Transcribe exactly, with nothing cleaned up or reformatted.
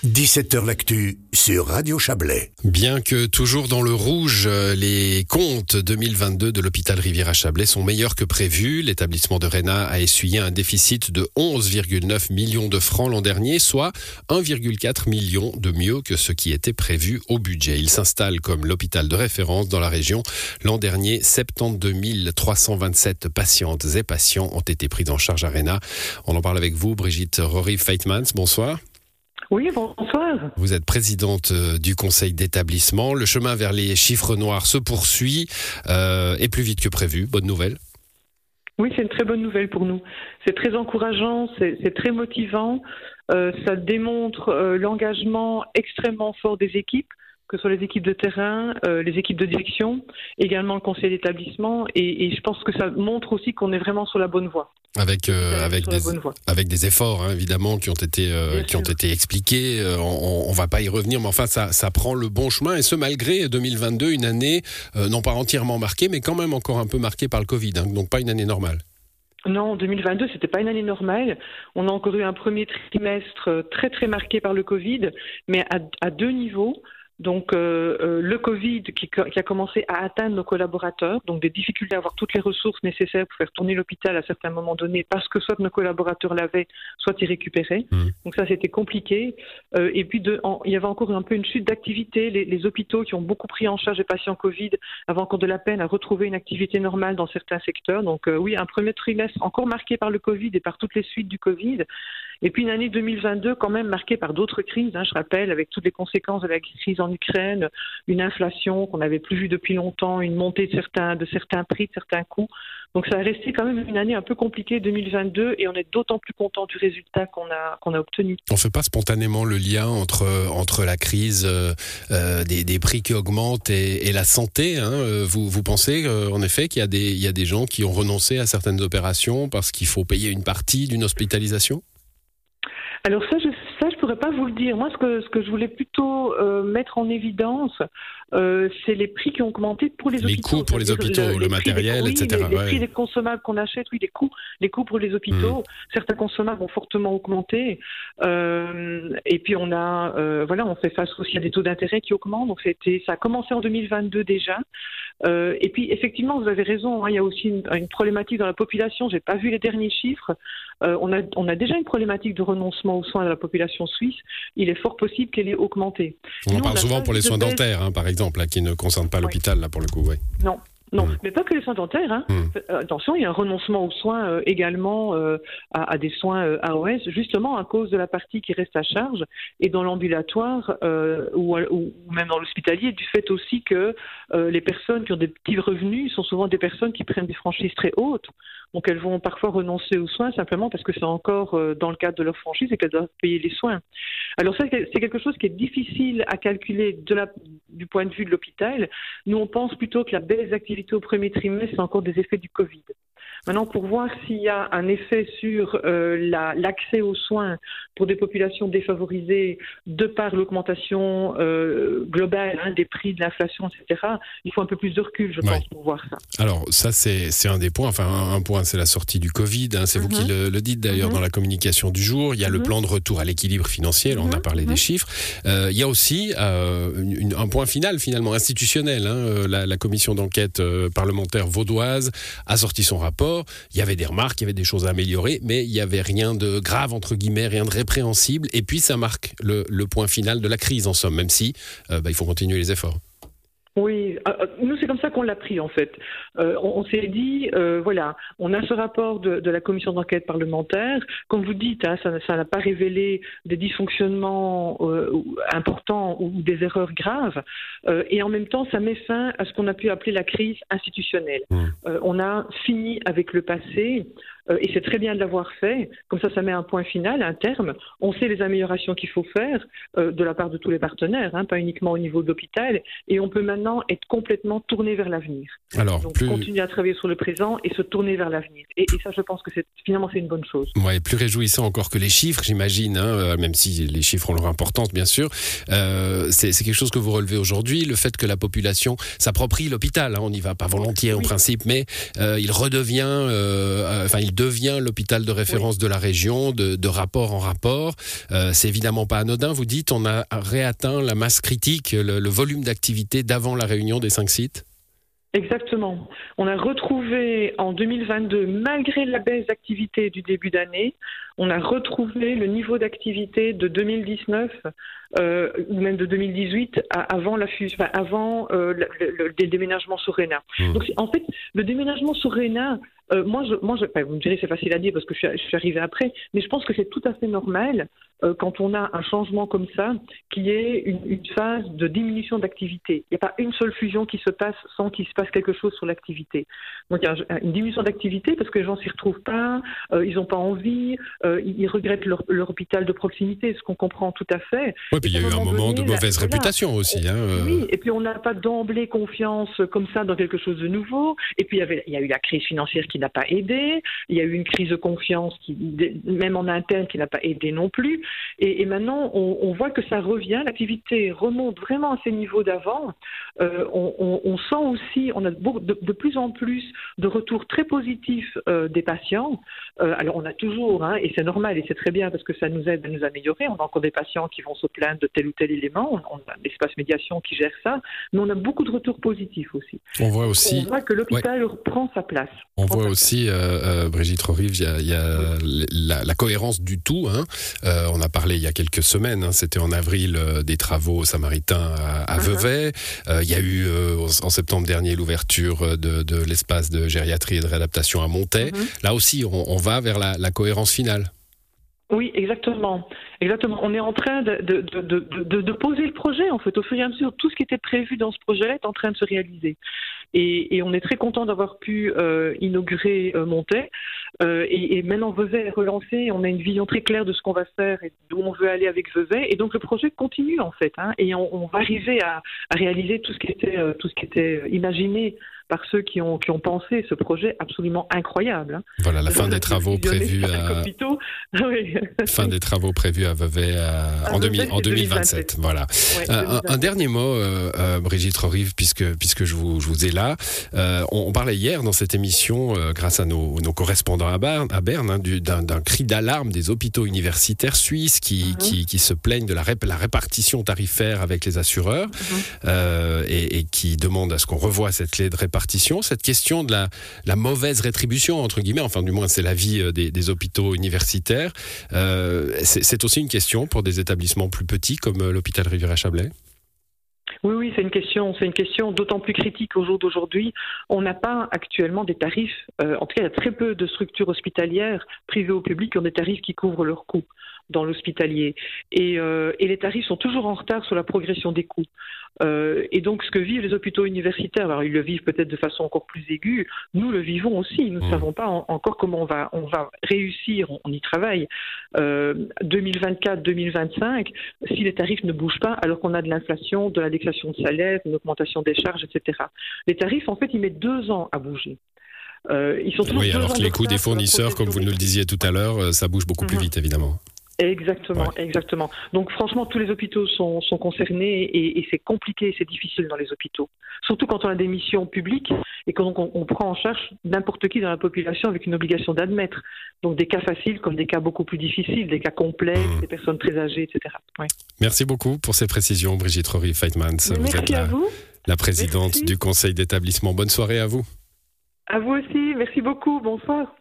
dix-sept heures l'actu sur Radio Chablais. Bien que toujours dans le rouge, les comptes deux mille vingt-deux de l'hôpital Rivière-à-Chablais sont meilleurs que prévu. L'établissement de Rhénat a essuyé un déficit de onze virgule neuf millions de francs l'an dernier, soit un virgule quatre million de mieux que ce qui était prévu au budget. Il s'installe comme l'hôpital de référence dans la région. L'an dernier, soixante-douze mille trois cent vingt-sept patientes et patients ont été pris en charge à Rhénat. On en parle avec vous, Brigitte Rory-Feitmans. Bonsoir. Oui, bonsoir. Vous êtes présidente du conseil d'établissement. Le chemin vers les chiffres noirs se poursuit euh, et plus vite que prévu. Bonne nouvelle. Oui, c'est une très bonne nouvelle pour nous. C'est très encourageant, c'est, c'est très motivant. Euh, ça démontre euh, l'engagement extrêmement fort des équipes, que ce soit les équipes de terrain, euh, les équipes de direction, également le conseil d'établissement. Et, et je pense que ça montre aussi qu'on est vraiment sur la bonne voie. Avec euh, avec des avec des efforts hein, évidemment qui ont été euh, qui ont été expliqués. Euh, on, on va pas y revenir, mais enfin ça ça prend le bon chemin et ce malgré deux mille vingt-deux, une année euh, non pas entièrement marquée, mais quand même encore un peu marquée par le Covid, hein, donc pas une année normale. Non, deux mille vingt-deux, c'était pas une année normale. On a encore eu un premier trimestre très très marqué par le Covid, mais à, à deux niveaux. Donc euh, euh, le Covid qui, qui a commencé à atteindre nos collaborateurs, donc des difficultés à avoir toutes les ressources nécessaires pour faire tourner l'hôpital à certains moments donnés, parce que soit nos collaborateurs l'avaient, soit ils récupéraient. Mmh. Donc ça, c'était compliqué. Euh, et puis de, en, il y avait encore un peu une chute d'activité. Les, les hôpitaux qui ont beaucoup pris en charge les patients Covid avaient encore de la peine à retrouver une activité normale dans certains secteurs. Donc euh, oui, un premier trimestre encore marqué par le Covid et par toutes les suites du Covid. Et puis une année deux mille vingt-deux quand même marquée par d'autres crises, hein, je rappelle, avec toutes les conséquences de la crise en Ukraine, une inflation qu'on n'avait plus vue depuis longtemps, une montée de certains, de certains prix, de certains coûts. Donc ça a resté quand même une année un peu compliquée deux mille vingt-deux et on est d'autant plus content du résultat qu'on a, qu'on a obtenu. On ne fait pas spontanément le lien entre, entre la crise euh, euh, des, des prix qui augmentent et, et la santé. Hein. Vous, vous pensez euh, en effet qu'il y a, des, il y a des gens qui ont renoncé à certaines opérations parce qu'il faut payer une partie d'une hospitalisation ? Alors ça, je ça, je pourrais pas vous le dire. Moi, ce que ce que je voulais plutôt euh, mettre en évidence, euh, c'est les prix qui ont augmenté pour les, les hôpitaux. Les coûts pour les hôpitaux, le, le matériel, des, et cetera. Oui, les, ouais. les prix des consommables qu'on achète, oui, les coûts, les coûts pour les hôpitaux. Mmh. Certains consommables ont fortement augmenté. Euh, et puis on a, euh, voilà, on fait face aussi à des taux d'intérêt qui augmentent. Donc c'était, ça a commencé en deux mille vingt-deux déjà. Euh, et puis effectivement, vous avez raison. Hein, il y a aussi une, une problématique dans la population. J'ai pas vu les derniers chiffres. Euh, on a on a déjà une problématique de renoncement aux soins de la population suisse. Il est fort possible qu'elle ait augmenté. On Nous, en parle on souvent pour les soins baisse... dentaires, hein, par exemple, là, qui ne concernent pas l'hôpital, là, pour le coup. Ouais. Non. Non, mmh. mais pas que les soins dentaires. Hein. Mmh. Euh, attention, il y a un renoncement aux soins euh, également euh, à, à des soins euh, A O S, justement à cause de la partie qui reste à charge, et dans l'ambulatoire euh, ou, ou même dans l'hospitalier, du fait aussi que euh, les personnes qui ont des petits revenus sont souvent des personnes qui prennent des franchises très hautes. Donc elles vont parfois renoncer aux soins simplement parce que c'est encore euh, dans le cadre de leur franchise et qu'elles doivent payer les soins. Alors ça, c'est quelque chose qui est difficile à calculer de la, du point de vue de l'hôpital. Nous, on pense plutôt que la baisse d'activité au premier trimestre, c'est encore des effets du Covid. Maintenant, pour voir s'il y a un effet sur euh, la, l'accès aux soins pour des populations défavorisées de par l'augmentation euh, globale hein, des prix, de l'inflation, et cetera, il faut un peu plus de recul, je pense, ouais. pour voir ça. Alors, ça, c'est, c'est un des points. Enfin, un, un point, c'est la sortie du Covid. Hein, c'est mm-hmm. vous qui le, le dites d'ailleurs mm-hmm. dans la communication du jour. Il y a mm-hmm. le plan de retour à l'équilibre financier. Là, on a parlé mm-hmm. des chiffres. Euh, il y a aussi euh, une, un point final, finalement, institutionnel. Hein, la, la commission d'enquête euh, parlementaire vaudoise a sorti son rapport. Il y avait des remarques, il y avait des choses à améliorer, mais il n'y avait rien de grave, entre guillemets, rien de répréhensible. Et puis, ça marque le, le point final de la crise, en somme, même si euh, bah, il faut continuer les efforts. Oui, euh, nous c'est comme ça qu'on l'a pris en fait. Euh, on, on s'est dit, euh, voilà, on a ce rapport de, de la commission d'enquête parlementaire. Comme vous dites, hein, ça, ça n'a pas révélé des dysfonctionnements euh, importants ou des erreurs graves. Euh, et en même temps, ça met fin à ce qu'on a pu appeler la crise institutionnelle. Mmh. Euh, on a fini avec le passé. Euh, et c'est très bien de l'avoir fait. Comme ça, ça met un point final, un terme. On sait les améliorations qu'il faut faire euh, de la part de tous les partenaires, hein, pas uniquement au niveau de l'hôpital. Et on peut maintenant être complètement tourné vers l'avenir. Alors, Donc, plus... continuer à travailler sur le présent et se tourner vers l'avenir. Et, et ça, je pense que c'est, finalement, c'est une bonne chose. Ouais, plus réjouissant encore que les chiffres, j'imagine, hein, même si les chiffres ont leur importance, bien sûr. Euh, c'est, c'est quelque chose que vous relevez aujourd'hui, le fait que la population s'approprie l'hôpital. Hein, on n'y va pas volontiers, oui. en principe, mais euh, il redevient, euh, enfin, il il devient l'hôpital de référence oui. de la région, de, de rapport en rapport. Euh, c'est évidemment pas anodin. Vous dites, on a réatteint la masse critique, le, le volume d'activité d'avant la réunion des cinq sites. Exactement. On a retrouvé en deux mille vingt-deux, malgré la baisse d'activité du début d'année, on a retrouvé le niveau d'activité de deux mille dix-neuf euh, ou même de deux mille dix-huit à, avant, la fusion, enfin, avant euh, le, le, le déménagement sur Réna. Mmh. Donc en fait, le déménagement sur Réna, euh, moi, je, moi je, enfin, vous me direz c'est facile à dire parce que je suis, je suis arrivée après, mais je pense que c'est tout à fait normal euh, quand on a un changement comme ça, qu'il y ait une, une phase de diminution d'activité. Il n'y a pas une seule fusion qui se passe sans qu'il se passe quelque chose sur l'activité. Donc il y a une diminution d'activité parce que les gens s'y retrouvent pas, euh, ils n'ont pas envie, euh, ils regrettent leur, leur hôpital de proximité, ce qu'on comprend tout à fait. Oui, puis il y a eu un moment donné, de mauvaise la, réputation voilà. aussi. Hein, euh... Oui, et puis on n'a pas d'emblée confiance comme ça dans quelque chose de nouveau. Et puis il y, avait, il y a eu la crise financière qui n'a pas aidé, il y a eu une crise de confiance, qui, même en interne, qui n'a pas aidé non plus. Et, et maintenant, on, on voit que ça revient, l'activité remonte vraiment à ces niveaux d'avant. Euh, on, on, on sent aussi, on a de, de plus en plus de retours très positifs euh, des patients. Euh, alors on a toujours, hein, et c'est normal et c'est très bien parce que ça nous aide à nous améliorer. On a encore des patients qui vont se plaindre de tel ou tel élément. On, on a l'espace médiation qui gère ça, mais on a beaucoup de retours positifs aussi. On voit aussi. On voit que l'hôpital ouais. prend sa place. On voit aussi, euh, euh, Brigitte Rorive, il y a, il y a oui. la, la cohérence du tout. Hein. Euh, on a parlé il y a quelques semaines. Hein, c'était en avril euh, des travaux samaritains à, à uh-huh. Vevey. Euh, il y a eu euh, en septembre dernier l'ouverture de, de l'espace de gériatrie et de réadaptation à Montaix. Uh-huh. Là aussi, on, on va vers la, la cohérence finale. Oui, exactement. Exactement. On est en train de, de, de, de, de, de poser le projet, en fait. Au fur et à mesure, tout ce qui était prévu dans ce projet est en train de se réaliser. Et, et on est très content d'avoir pu euh, inaugurer euh, Montaix. Euh, et, et maintenant, Vevey est relancé. On a une vision très claire de ce qu'on va faire et d'où on veut aller avec Vevey. Et donc, le projet continue, en fait. Hein, et on, on va arriver à, à réaliser tout ce qui était, euh, tout ce qui était imaginé par ceux qui ont, qui ont pensé ce projet absolument incroyable. Hein. Voilà, la fin des travaux prévus à... oui. Fin des travaux prévus à Vevey à... en, deux mille... en deux mille vingt-sept. Voilà. Ouais, un, un dernier mot, euh, euh, Brigitte Rorive, puisque, puisque je, vous, je vous ai là. Euh, on, on parlait hier dans cette émission, euh, grâce à nos, nos correspondants à Berne, à Berne hein, du, d'un, d'un cri d'alarme des hôpitaux universitaires suisses qui, mm-hmm. qui, qui se plaignent de la, rép- la répartition tarifaire avec les assureurs mm-hmm. euh, et, et qui demandent à ce qu'on revoie cette clé de répartition. Cette question de la, la mauvaise rétribution, entre guillemets, enfin du moins c'est l'avis des, des hôpitaux universitaires, euh, c'est, c'est aussi une question pour des établissements plus petits comme l'hôpital Rivière-Chablais. Oui, oui, c'est une question, c'est une question d'autant plus critique au jour d'aujourd'hui. On n'a pas actuellement des tarifs, euh, en tout cas il y a très peu de structures hospitalières, privées ou publiques, qui ont des tarifs qui couvrent leurs coûts dans l'hospitalier. Et, euh, et les tarifs sont toujours en retard sur la progression des coûts. Euh, et donc ce que vivent les hôpitaux universitaires, alors ils le vivent peut-être de façon encore plus aiguë, nous le vivons aussi, nous ne mmh. savons pas en, encore comment on va, on va réussir, on, on y travaille. Euh, deux mille vingt-quatre deux mille vingt-cinq, si les tarifs ne bougent pas, alors qu'on a de l'inflation, de l'indexation de salaire, une augmentation des charges, et cetera. Les tarifs, en fait, ils mettent deux ans à bouger. Euh, ils sont oui, alors que les coûts des fournisseurs, comme vous nous le disiez tout à l'heure, ça bouge beaucoup mmh. plus vite, évidemment. Exactement, ouais. exactement. Donc franchement, tous les hôpitaux sont, sont concernés et, et c'est compliqué, c'est difficile dans les hôpitaux. Surtout quand on a des missions publiques et qu'on on, on prend en charge n'importe qui dans la population avec une obligation d'admettre. Donc des cas faciles comme des cas beaucoup plus difficiles, des cas complexes, mmh. des personnes très âgées, et cetera. Ouais. Merci beaucoup pour ces précisions, Brigitte Rorive-Feitmans. Merci vous êtes à la, vous. la présidente Merci. du conseil d'établissement. Bonne soirée à vous. À vous aussi, merci beaucoup, bonsoir.